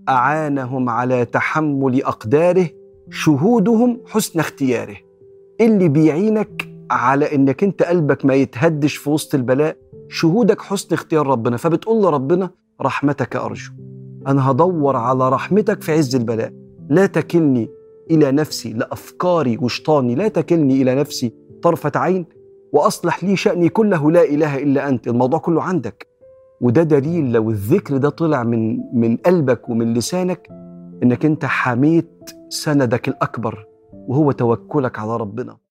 أعانهم على تحمل أقداره شهودهم حسن اختياره. اللي بيعينك على إنك أنت قلبك ما يتهدش في وسط البلاء شهودك حسن اختيار ربنا. فبتقول لربنا رحمتك أرجو، أنا هدور على رحمتك في عز البلاء. لا تكلني إلى نفسي، لأفكاري وشطاني، لا تكلني إلى نفسي طرفة عين، وأصلح لي شأني كله، لا إله إلا أنت. الموضوع كله عندك. وده دليل لو الذكر ده طلع من قلبك ومن لسانك إنك أنت حميت سندك الأكبر وهو توكلك على ربنا.